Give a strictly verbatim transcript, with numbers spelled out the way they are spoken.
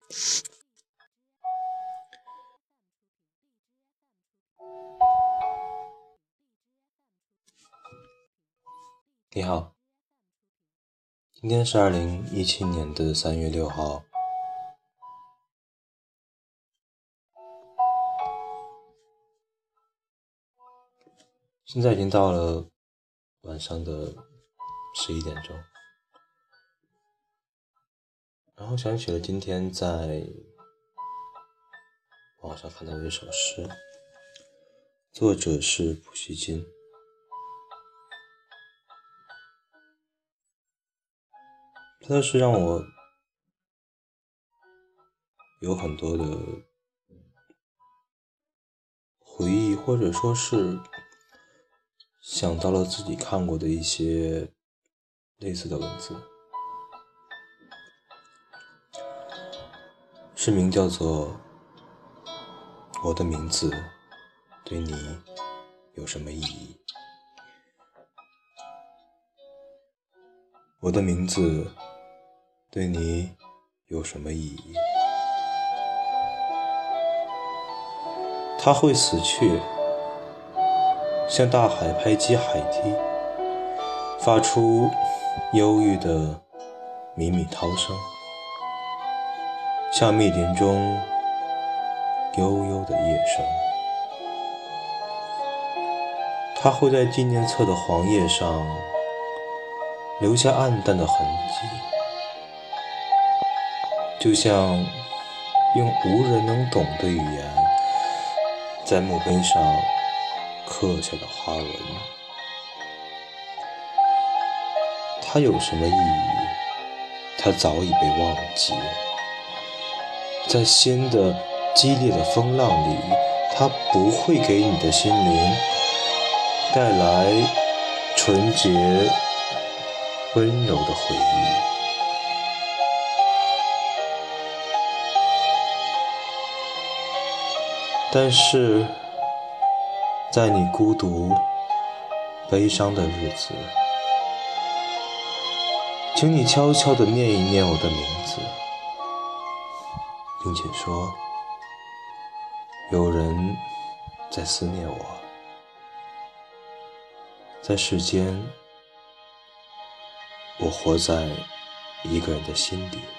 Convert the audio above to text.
你好，今天是二零一七年的三月六号，现在已经到了晚上的十一点钟，然后想起了今天在网上看到的一首诗，作者是普希金。他的诗让我有很多的回忆，或者说是想到了自己看过的一些类似的文字，诗名叫做我的名字对你有什么意义？我的名字对你有什么意义？它会死去，像大海拍击海堤，发出忧郁的靡靡涛声，像密林中悠悠的夜声。它会在纪念册的黄页上留下暗淡的痕迹，就像用无人能懂的语言在墓碑上刻下的花纹。它有什么意义？它早已被忘记。在新的激烈的风浪里，它不会给你的心灵带来纯洁温柔的回忆。但是在你孤独悲伤的日子，请你悄悄地念一念我的名字，并且说有人在思念我，在世间我活在一个人的心里。